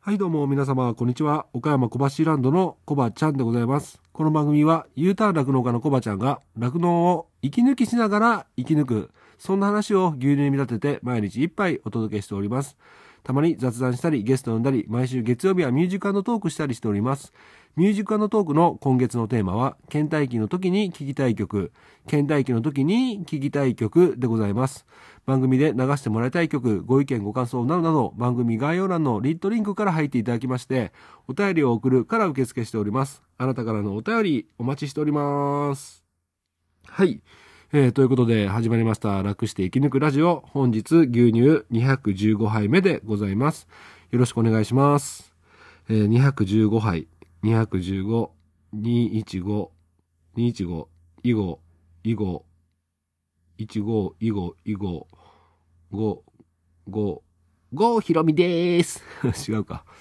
はいどうも皆様こんにちは。岡山小橋ランドのコバちゃんでございます。この番組は U ターン酪農家のコバちゃんが酪農を息抜きしながら生き抜く、そんな話を牛乳に見立てて毎日一杯お届けしております。たまに雑談したりゲストを呼んだり、毎週月曜日はミュージック&トークしたりしております。ミュージック&トークの今月のテーマは倦怠期の時に聴きたい曲、倦怠期の時に聴きたい曲でございます。番組で流してもらいたい曲、ご意見ご感想などなど、番組概要欄のリットリンクから入っていただきまして、お便りを送るから受付しております。あなたからのお便りお待ちしております。はい。ということで始まりました楽して生き抜くラジオ。本日牛乳215杯目でございます。よろしくお願いします。215杯、215、215、215、以後、以後、15、以後、以後、5、5、5ひろみでーす。違うか。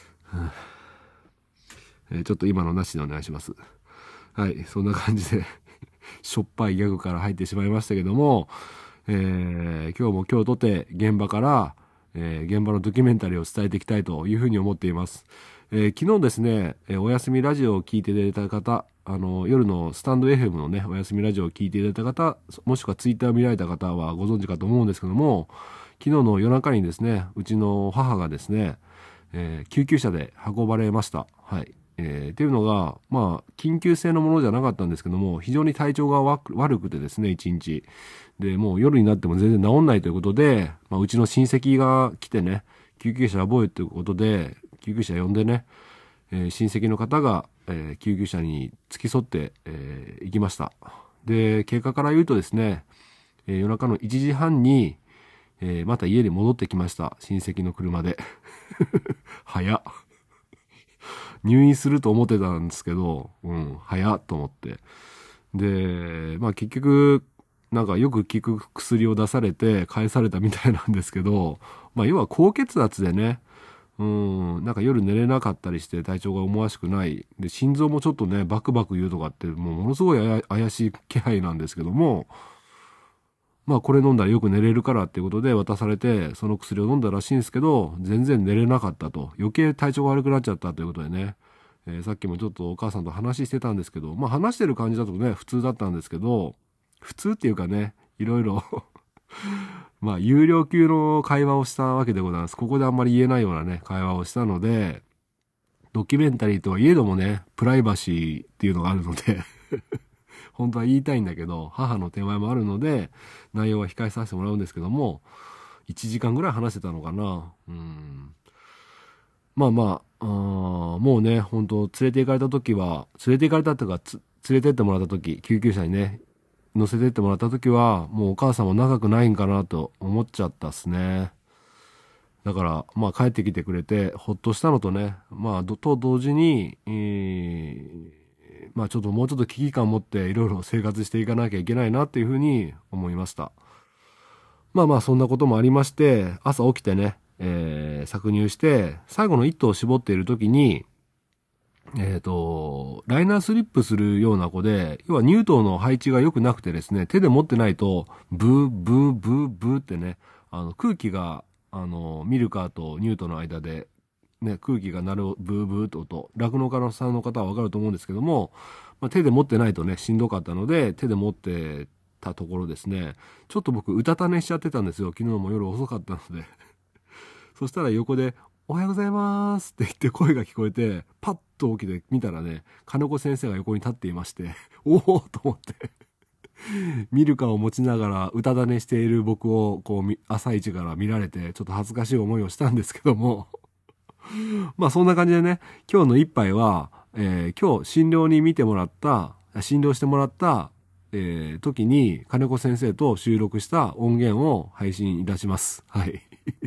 ちょっと今のなしでお願いします。はい、そんな感じでしょっぱいギャグから入ってしまいましたけども、今日も今日とて現場から、現場のドキュメンタリーを伝えていきたいというふうに思っています。昨日ですね、おやすみラジオを聞いていただいた方、夜のスタンド FM のね、おやすみラジオを聞いていただいた方、もしくはツイッターを見られた方はご存知かと思うんですけども、昨日の夜中にですね、うちの母がですね、救急車で運ばれました。はい。っていうのが、まあ、緊急性のものじゃなかったんですけども、非常に体調が悪くてですね、一日。で、もう夜になっても全然治んないということで、まあ、うちの親戚が来てね、救急車覚えということで、救急車呼んでね、親戚の方が、救急車に付き添って、行きました。で、経過から言うとですね、夜中の1時半に、また家に戻ってきました。親戚の車で。早っ。入院すると思ってたんですけど、早っと思って。で、まあ結局、なんかよく効く薬を出されて返されたみたいなんですけど、まあ要は高血圧でね、なんか夜寝れなかったりして体調が思わしくない。で、心臓もちょっとね、バクバク言うとかって、もうものすごい怪しい気配なんですけども、まあこれ飲んだらよく寝れるからっていうことで渡されて、その薬を飲んだらしいんですけど、全然寝れなかったと。余計体調が悪くなっちゃったということでね。さっきもちょっとお母さんと話してたんですけど、まあ話してる感じだとね、普通だったんですけど、普通っていうかね、いろいろまあ有料級の会話をしたわけでございます。ここであんまり言えないようなね、会話をしたので、ドキュメンタリーとはいえどもね、プライバシーっていうのがあるので本当は言いたいんだけど、母の手前もあるので、内容は控えさせてもらうんですけども、1時間ぐらい話してたのかな。まあまあ、もうね、本当連れて行かれた時は、連れて行かれたっていうか、連れてってもらった時、救急車にね、乗せてってもらった時は、もうお母さんも長くないんかなと思っちゃったっすね。だから、まあ帰ってきてくれて、ほっとしたのとね、まあ、と同時に、まあちょっともうちょっと危機感を持っていろいろ生活していかなきゃいけないなっていうふうに思いました。まあまあそんなこともありまして、朝起きてね、搾乳して、最後の一頭を絞っている時に、ライナースリップするような子で、要は乳頭の配置が良くなくてですね、手で持ってないと、ブーブーブーブーってね、空気が、ミルカーと乳頭の間で、ね、空気が鳴るブーブーと音、酪農家さんの方はわかると思うんですけども、まあ、手で持ってないとね、しんどかったので、手で持ってたところですね、ちょっと僕、うたた寝しちゃってたんですよ。昨日も夜遅かったので。そしたら横で、おはようございますって言って声が聞こえて、パッと起きて見たらね、金子先生が横に立っていまして、おおと思ってミルカを持ちながら歌種している僕をこう朝一から見られて、ちょっと恥ずかしい思いをしたんですけどもまあそんな感じでね、今日の一杯は、今日診療に見てもらった、診療してもらった、時に金子先生と収録した音源を配信いたします。はい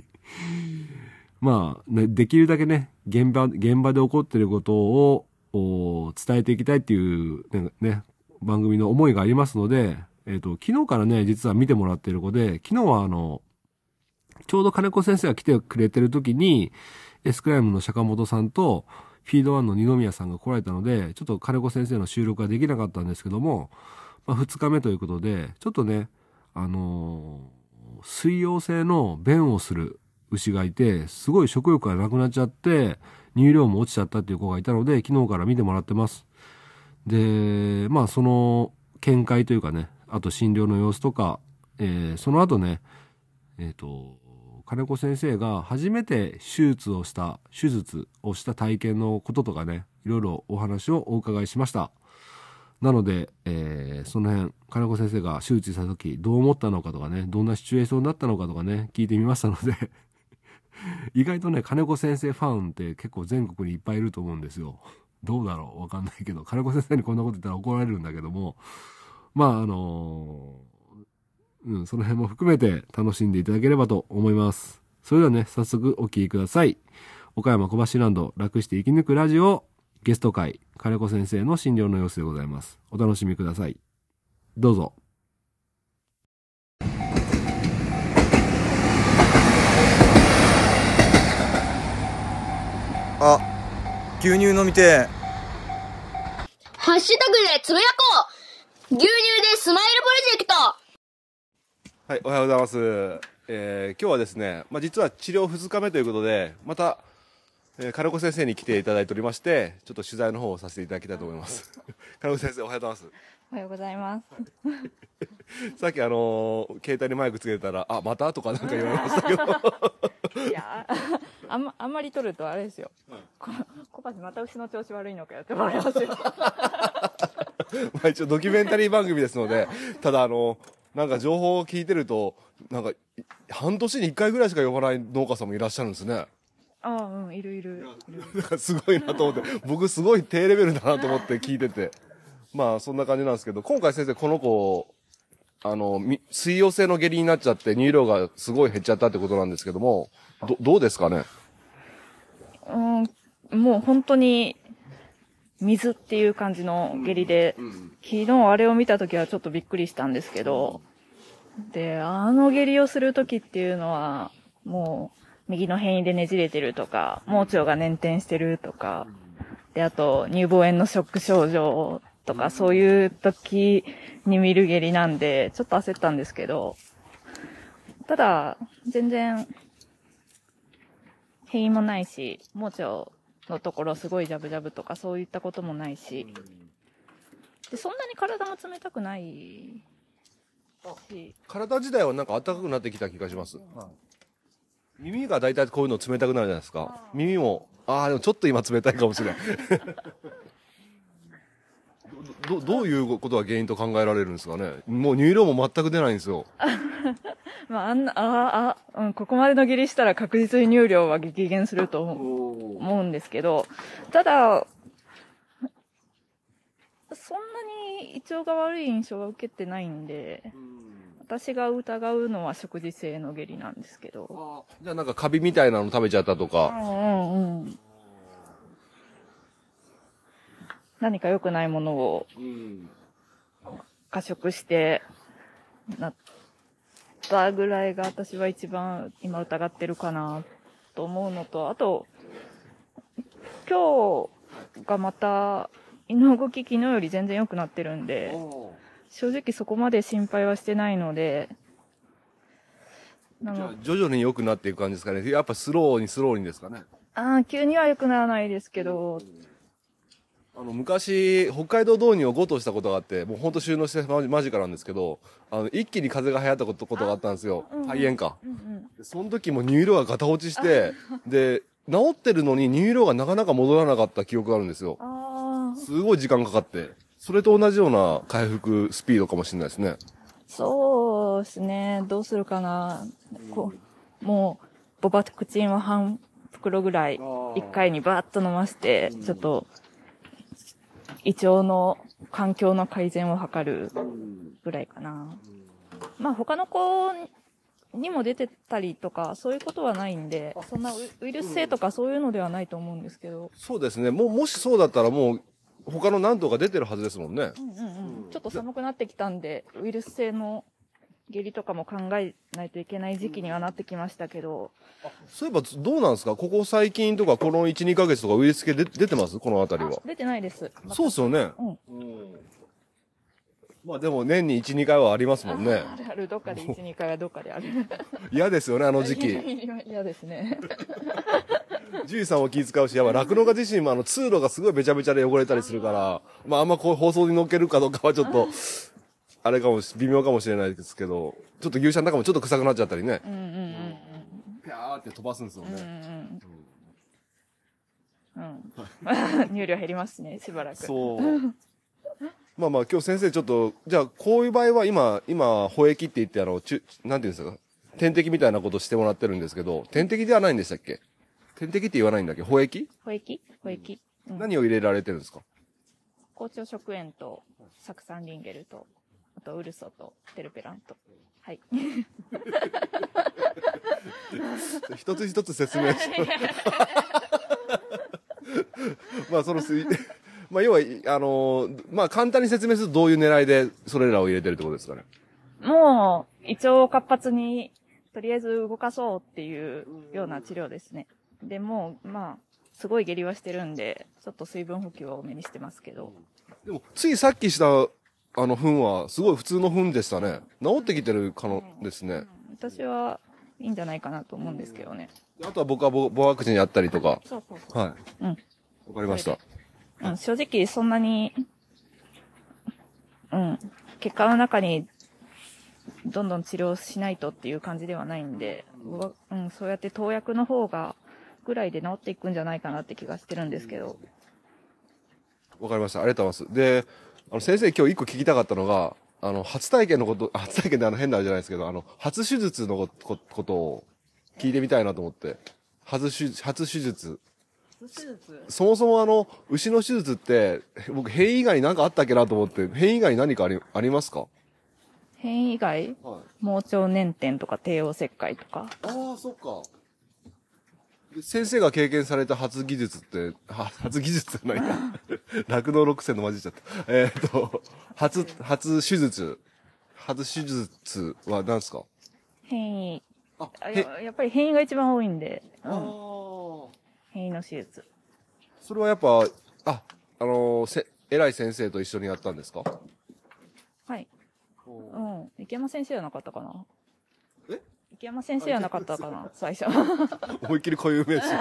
まあ、ね、できるだけね、現場で起こっていることを伝えていきたいっていうね、番組の思いがありますので、昨日からね、実は見てもらっている子で、昨日はちょうど金子先生が来てくれてる時に、エスクライムの坂本さんと、フィードワンの二宮さんが来られたので、ちょっと金子先生の収録ができなかったんですけども、まあ、2日目ということで、ちょっとね、水溶性の便をする牛がいて、すごい食欲がなくなっちゃって、乳量も落ちちゃったっていう子がいたので、昨日から見てもらってます。で、まあその見解というかね、あと診療の様子とか、その後ね、金子先生が初めて手術をした体験のこととかね、いろいろお話をお伺いしました。なので、その辺、金子先生が手術した時どう思ったのかとかね、どんなシチュエーションだったのかとかね、聞いてみましたので、意外とね、金子先生ファンって結構全国にいっぱいいると思うんですよ。どうだろうわかんないけど、金子先生にこんなこと言ったら怒られるんだけども、まあその辺も含めて楽しんでいただければと思います。それではね、早速お聴きください。岡山小橋ランド楽して生き抜くラジオゲスト会、金子先生の診療の様子でございます。お楽しみください。どうぞ。 あ、牛乳飲みてハッシュタグでつぶやこう。牛乳でスマイルプロジェクト。 はい、おはようございます。今日はですね、実は治療2日目ということで、また、金子先生に来ていただいておりまして、ちょっと取材の方をさせていただきたいと思います。金子先生、おはようございます。 おはようございます。 さっき携帯にマイクつけてたら、あ、またとかなんか言われましたけど。 いや、あんまり撮るとあれですよ。小橋また牛の調子悪いのかよって思われますよ。 一応ドキュメンタリー番組ですので、ただなんか情報を聞いてると、なんか半年に1回ぐらいしか呼ばない農家さんもいらっしゃるんですね。 ああ、うん、いる。 なんかすごいなと思って、僕すごい低レベルだなと思って聞いてて。まあそんな感じなんですけど、今回先生この子、水溶性の下痢になっちゃって乳量がすごい減っちゃったってことなんですけども、どうですかね？ もう本当に水っていう感じの下痢で、昨日あれを見た時はちょっとびっくりしたんですけど、で、下痢をする時っていうのは、もう右の辺でねじれてるとか、盲腸が捻転してるとか、で、あと乳房炎のショック症状とか、そういう時に見る下痢なんで、ちょっと焦ったんですけど、ただ、全然、変異もないし、盲腸のところすごいジャブジャブとかそういったこともないし、で、そんなに体も冷たくないし。 体自体はなんか暖かくなってきた気がします。耳がだいたいこういうの冷たくなるじゃないですか。耳も、でもちょっと今冷たいかもしれない。どういうことが原因と考えられるんですかね。もう乳量も全く出ないんですよ。 ここまでの下痢したら確実に乳量は激減すると思うんですけど、ただ、そんなに胃腸が悪い印象は受けてないんで、私が疑うのは食事性の下痢なんですけど。 じゃあなんかカビみたいなの食べちゃったとか。 何か良くないものを過食してなったぐらいが私は一番今疑ってるかなと思うのと、あと、今日がまた胃の動き昨日より全然良くなってるんで、正直そこまで心配はしてないので。 じゃあ徐々に良くなっていく感じですかね。やっぱスローにですかね。 急には良くならないですけど。 昔、北海道導入を5頭したことがあって、もう本当収納して間近なんですけど、一気に風邪が流行ったことがあったんですよ。肺炎か。その時も乳量がガタ落ちして、で、治ってるのに乳量がなかなか戻らなかった記憶があるんですよ。すごい時間かかって。それと同じような回復スピードかもしれないですね。 そうですね。どうするかな。もう、ボバクチンを半袋ぐらい、1回にバーッと飲ませて、ちょっと、胃腸の環境の改善を図るぐらいかな。他の子にも出てたりとか、そういうことはないんで、そんなウイルス性とかそういうのではないと思うんですけど。 そうですね。もしそうだったらもう、他の何頭か出てるはずですもんね。 ちょっと寒くなってきたんで、ウイルス性の下痢とかも考えないといけない時期にはなってきましたけど。 そういえばどうなんですか？ここ最近とかこの1、2ヶ月とかウイルス系出てます？このあたりは。 出てないです。 そうですよね。 まあでも年に1、2回はありますもんね。 あるある、どっかで1、2回はどっかである。 嫌ですよね、あの時期。 嫌ですね。 獣医さんも気遣うし、やっぱ酪農家自身も通路がすごいべちゃべちゃで汚れたりするから、まああんまこう放送に乗っけるかどうかはちょっと、あれかも微妙かもしれないですけど、ちょっと牛舎の中もちょっと臭くなっちゃったりね。 うんうんうんピャーって飛ばすんですようん。うんね。 うんうん。乳量減りますね、しばらく。 そう。まあまあ今日先生ちょっと、じゃあこういう場合は今、保液って言ってなんていうんですか、点滴みたいなことしてもらってるんですけど、点滴ではないんでしたっけ？点滴って言わないんだっけ？保液？ 保液。うん、 何を入れられてるんですか？ 校長食塩と、酢酸リンゲルと、あとウルソと、テルペラント。はい。 一つ一つ説明して。まあまあ要は、まあ簡単に説明するとどういう狙いでそれらを入れてるってことですかね。 もう、胃腸を活発に、とりあえず動かそうっていうような治療ですね。でもう、まあ、すごい下痢はしてるんで、ちょっと水分補給を多めにしてますけど。 でも、ついさっきした糞は、すごい普通の糞でしたね。治ってきてるですね。 私はいいんじゃないかなと思うんですけどね。 あとは僕はボワクチンやったりとか。 そうそうそう。 はい。 うん。 わかりました。 うん、正直そんなに、うん、結果の中にどんどん治療しないとっていう感じではないんで、うん、そうやって投薬の方がぐらいで治っていくんじゃないかなって気がしてるんですけど。 わかりました。ありがとうございます。で、先生今日一個聞きたかったのが、初体験で変なあれじゃないですけど、初手術のことを聞いてみたいなと思って。初手術。そもそも牛の手術って、僕変異以外に何かあったっけなと思って、変異以外に何かありますか？ 変異以外、 はい。 盲腸粘点とか帝王切開とか。 ああ、そっか。先生が経験された初技術って、初技術じゃないな。酪農6世の混じっちゃった。初手術。初手術は何ですか？ 変異。 あ、 やっぱり変異が一番多いんで。うん、 あ。 変異の手術。 それはやっぱ、偉い先生と一緒にやったんですか？ はい。うん。池山先生はなかったかな？ え？ 池山先生はなかったかな最初。 思いっきり固有名詞。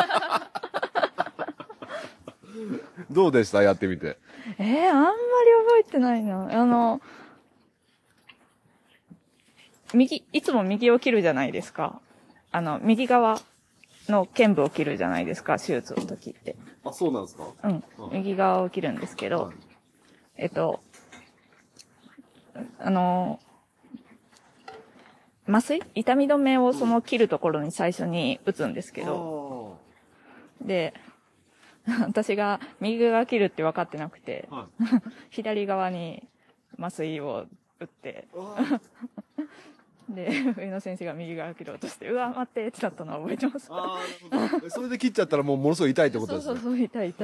どうでしたやってみて。 あんまり覚えてないな。いつも右を切るじゃないですか。右側の剣部を切るじゃないですか、手術の時って。 あ、そうなんですか？ うん。右側を切るんですけど、はい、麻酔痛み止めをその切るところに最初に打つんですけど、で、私が右側切るって分かってなくて、はい、左側に麻酔を打って、で、上野先生が右側切ろうとして、うわ、待ってってなったのは覚えてます。 ああ、なるほど。それで切っちゃったらものすごい痛いってことですね。 そう、痛い。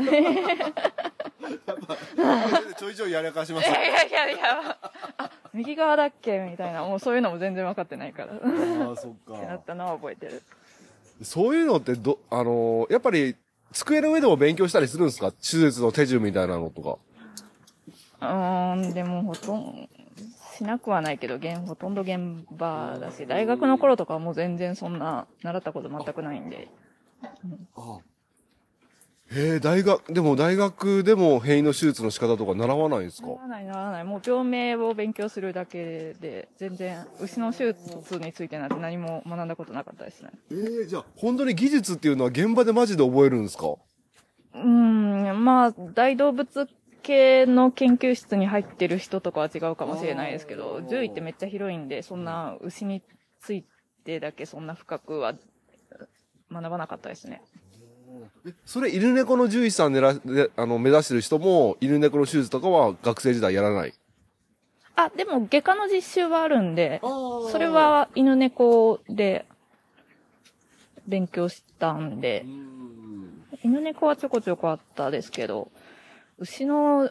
ちょいちょいやらかします。 いや、右側だっけみたいな、もうそういうのも全然分かってないから。 ああ、そっか。 ってなったのは覚えてる。 そういうのってやっぱり、机の上でも勉強したりするんですか？手術の手順みたいなのとか。 でもしなくはないけど、ほとんど現場だし、大学の頃とかはもう全然そんな、習ったこと全くないんで。 ああ。大学でも変異の手術の仕方とか習わないんですか？ 習わない。もう病名を勉強するだけで、全然、牛の手術についてなんて何も学んだことなかったですね。 じゃあ、本当に技術っていうのは現場でマジで覚えるんですか？ まあ、大動物系の研究室に入ってる人とかは違うかもしれないですけど、獣医ってめっちゃ広いんで、そんな牛についてだけそんな深くは学ばなかったですね。 それ犬猫の獣医さん目指してる人も犬猫の手術とかは学生時代やらない？ でも外科の実習はあるんで、それは犬猫で勉強したんで、犬猫はちょこちょこあったですけど、牛の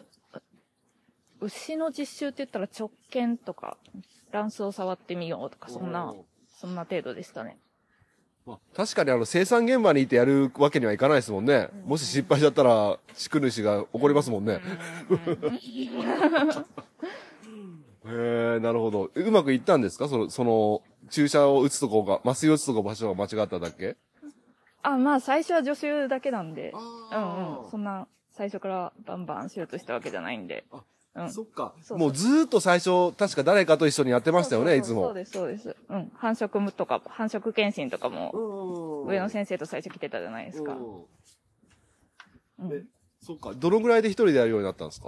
実習って言ったら直径とか、卵巣を触ってみようとか、そんな程度でしたね。 確かに生産現場にいてやるわけにはいかないですもんね。もし失敗しちゃったら、飼育主が怒りますもんね。 へえ、なるほど。うまくいったんですか？その、注射を打つとこが、麻酔を打つとこ場所が間違っただけ？ まあ最初は助手だけなんで、 あーそんな最初からバンバン手術したわけじゃないんで。 そっか。 そうもうずーっと最初、確か誰かと一緒にやってましたよね、いつも。 そうです、そうです。繁殖とか、繁殖検診とかも、上野先生と最初来てたじゃないですか。 そっか。どのぐらいで一人でやるようになったんですか？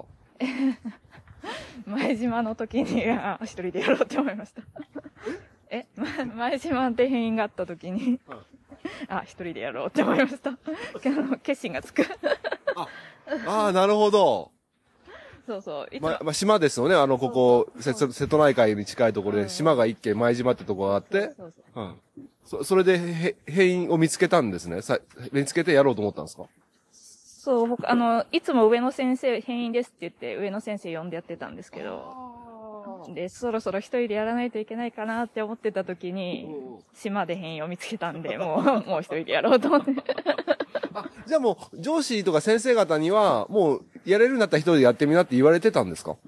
前島の時に、一人でやろうって思いました。前島で変異があった時に、一人でやろうって思いました。決心がつく。 なるほど。 そうそう。 島ですよね。ここ、瀬戸内海に近いところで、島が一軒、前島ってとこがあって、それで変異を見つけたんですね。見つけてやろうと思ったんですか？ そう、いつも上野先生、変異ですって言って、上野先生呼んでやってたんですけど、で、そろそろ一人でやらないといけないかなって思ってた時に、島で変異を見つけたんで、もう一人でやろうと思って。 じゃあもう、上司とか先生方には、もう、やれるんだったら一人でやってみなって言われてたんですか？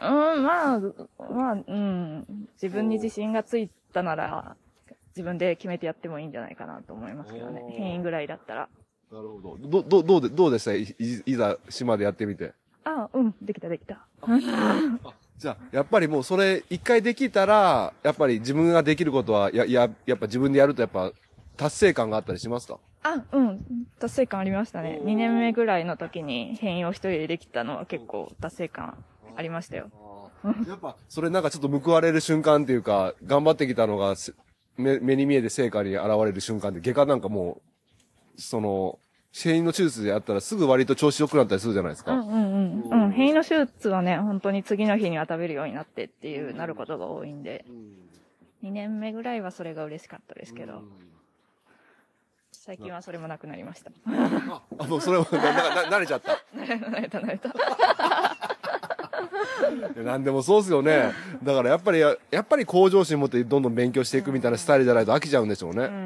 自分に自信がついたなら、自分で決めてやってもいいんじゃないかなと思いますけどね。変異ぐらいだったら。 なるほど。どうでした？いざ島でやってみて。 できた。 じゃあ、やっぱりもうそれ一回できたら、やっぱり自分ができることは、やっぱ自分でやるとやっぱ達成感があったりしますか？ 達成感ありましたね。2年目ぐらいの時に変異を一人でできたのは結構達成感ありましたよ。 やっぱ、それなんかちょっと報われる瞬間っていうか、頑張ってきたのが目に見えて成果に現れる瞬間って、外科なんかもう、変異の手術でやったらすぐ割と調子良くなったりするじゃないですか。 変異の手術はね、本当に次の日には食べるようになってっていう、なることが多いんで、2年目ぐらいはそれが嬉しかったですけど、最近はそれもなくなりました。 もうそれは、慣れちゃった。 慣れた。 なんでもそうっすよね。だからやっぱり向上心持ってどんどん勉強していくみたいなスタイルじゃないと飽きちゃうんでしょうね。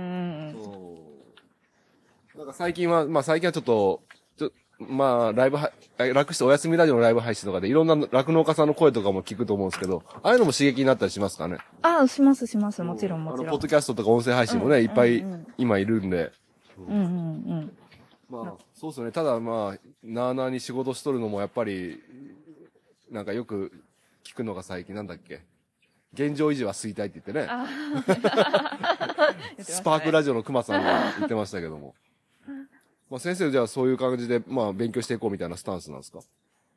なんか最近はちょっと、ライブ楽してお休みラジオのライブ配信とかでいろんな酪農家さんの声とかも聞くと思うんですけど、ああいうのも刺激になったりしますかね？ します。もちろん。 ポッドキャストとか音声配信もね、いっぱい今いるんで。そうですよね。ただなあなあに仕事しとるのもやっぱり、なんかよく聞くのが最近なんだっけ？現状維持は衰退って言ってね。スパークラジオの熊さんが言ってましたけども。先生じゃあそういう感じで、勉強していこうみたいなスタンスなんですか？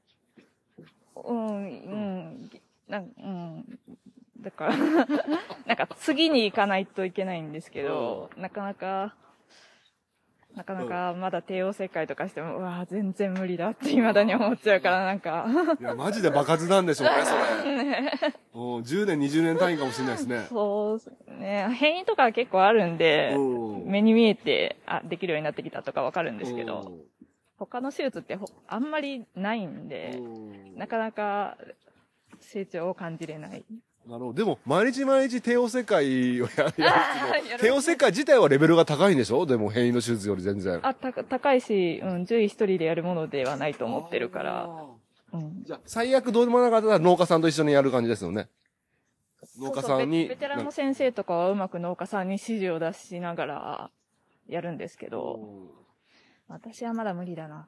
だから、なんか次に行かないといけないんですけど、なかなかまだ帝王切開とかしても、全然無理だって未だに思っちゃうからなんか。 いや、マジで爆発なんでしょうね、それ。10年、20年単位かもしれないですね。 そうですね。変異とか結構あるんで、目に見えて、できるようになってきたとかわかるんですけど、他の手術ってあんまりないんで、なかなか成長を感じれない。 なるほど。でも、毎日帝王切開をやる帝王切開自体はレベルが高いんでしょ？でも、変異の手術より全然。 高いし、獣医一人でやるものではないと思ってるから。 じゃあ、最悪どうでもなかったら農家さんと一緒にやる感じですよね。農家さんに。 ベテランの先生とかはうまく農家さんに指示を出しながらやるんですけど、私はまだ無理だな。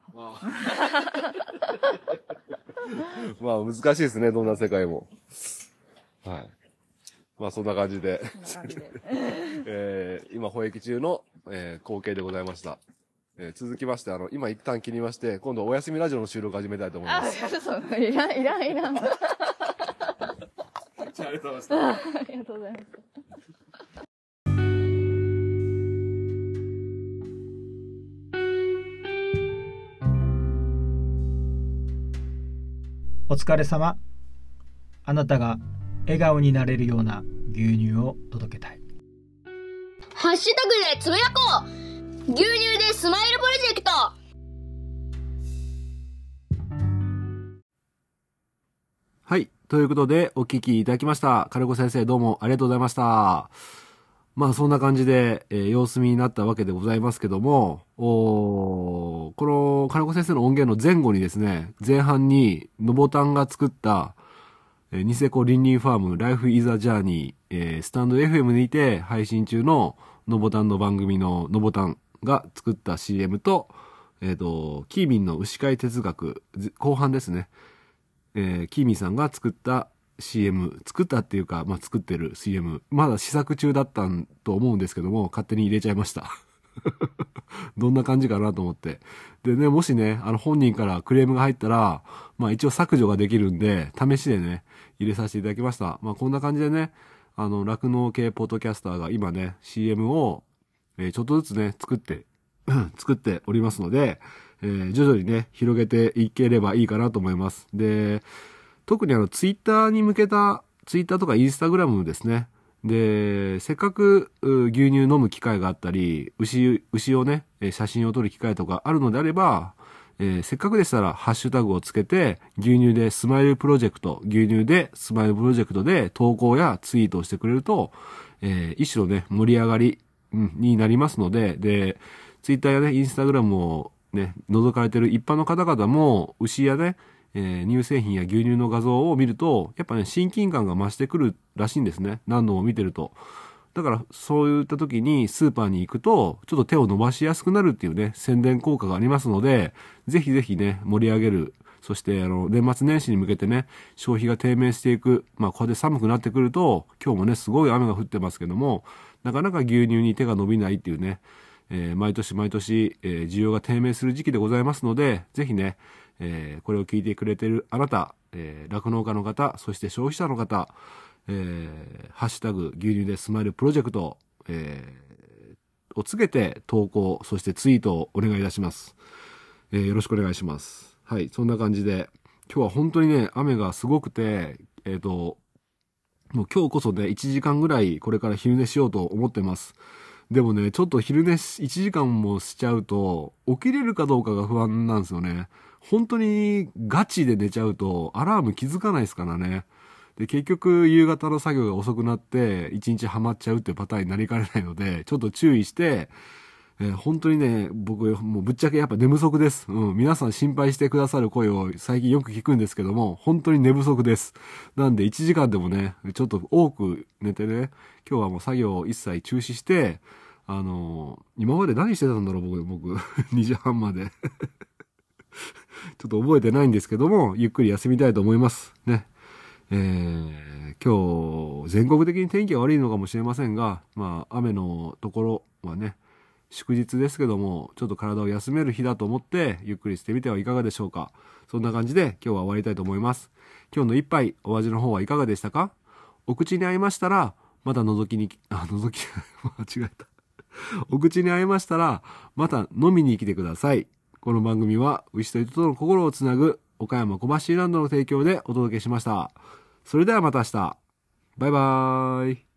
難しいですね、どんな世界も。はい。そんな感じで。今、保育中の、光景でございました。続きまして、今一旦切りまして、今度お休みラジオの収録始めたいと思います。 いらん。 ありがとうございました。 ありがとうございます。 お疲れ様。あなたが笑顔になれるような牛乳を届けたい。 ハッシュタグでつぶやこう。牛乳でスマイルプロジェクト。 はい。ということで、お聞きいただきました。金子先生、どうもありがとうございました。そんな感じで、様子見になったわけでございますけども、この金子先生の音源の前後にですね、前半にのぼたんが作った、 ニセコリンリンファームライフイザジャーニー、スタンド FM にて配信中ののぼたんの番組ののぼたんが作った CM と、キーミンの牛飼い哲学後半ですね。キーミンさんが作った CM、作ったっていうか、作ってる CM、まだ試作中だったと思うんですけども、勝手に入れちゃいました。どんな感じかなと思って。でね、もしね、本人からクレームが入ったら、一応削除ができるんで、試しでね、入れさせていただきました。こんな感じでね、酪農系ポッドキャスターが今ね、CM を、ちょっとずつね、作っておりますので、徐々にね、広げていければいいかなと思います。で、特にツイッターに向けた、ツイッターとかインスタグラムですね。で、せっかく牛乳飲む機会があったり、牛をね、写真を撮る機会とかあるのであれば、せっかくでしたらハッシュタグをつけて、牛乳でスマイルプロジェクト、牛乳でスマイルプロジェクトで投稿やツイートをしてくれると、一種のね、盛り上がり、になりますので、で、ツイッターやね、インスタグラムをね、覗かれてる一般の方々も、牛やね、乳製品や牛乳の画像を見ると、やっぱね、親近感が増してくるらしいんですね。何度も見てると。だから、そういった時にスーパーに行くと、ちょっと手を伸ばしやすくなるっていうね、宣伝効果がありますので、ぜひぜひね、盛り上げる。そして、年末年始に向けてね、消費が低迷していく。こうやって寒くなってくると、今日もね、すごい雨が降ってますけども、なかなか牛乳に手が伸びないっていうね、毎年毎年、需要が低迷する時期でございますので、ぜひね、これを聞いてくれているあなた、酪農家の方、そして消費者の方、ハッシュタグ牛乳でスマイルプロジェクト、をつけて投稿、そしてツイートをお願いいたします。よろしくお願いします。はい、そんな感じで、今日は本当にね、雨がすごくて、もう今日こそね、1時間ぐらいこれから昼寝しようと思ってます。でもね、ちょっと昼寝1時間もしちゃうと、起きれるかどうかが不安なんですよね。本当にガチで寝ちゃうと、アラーム気づかないですからね。で、結局夕方の作業が遅くなって、1日ハマっちゃうっていうパターンになりかねないので、ちょっと注意して、本当にね、僕、もうぶっちゃけやっぱ寝不足です。皆さん心配してくださる声を最近よく聞くんですけども、本当に寝不足です。なんで1時間でもね、ちょっと多く寝てね、今日はもう作業を一切中止して、今まで何してたんだろう、僕、2時半まで。ちょっと覚えてないんですけども、ゆっくり休みたいと思います。ね。今日、全国的に天気が悪いのかもしれませんが、雨のところはね、祝日ですけども、ちょっと体を休める日だと思って、ゆっくりしてみてはいかがでしょうか。そんな感じで今日は終わりたいと思います。今日の一杯、お味の方はいかがでしたか？お口に合いましたら、また間違えた。お口に合いましたら、また飲みに来てください。この番組は、牛と人との心をつなぐ、岡山小橋ランドの提供でお届けしました。それではまた明日。バイバーイ。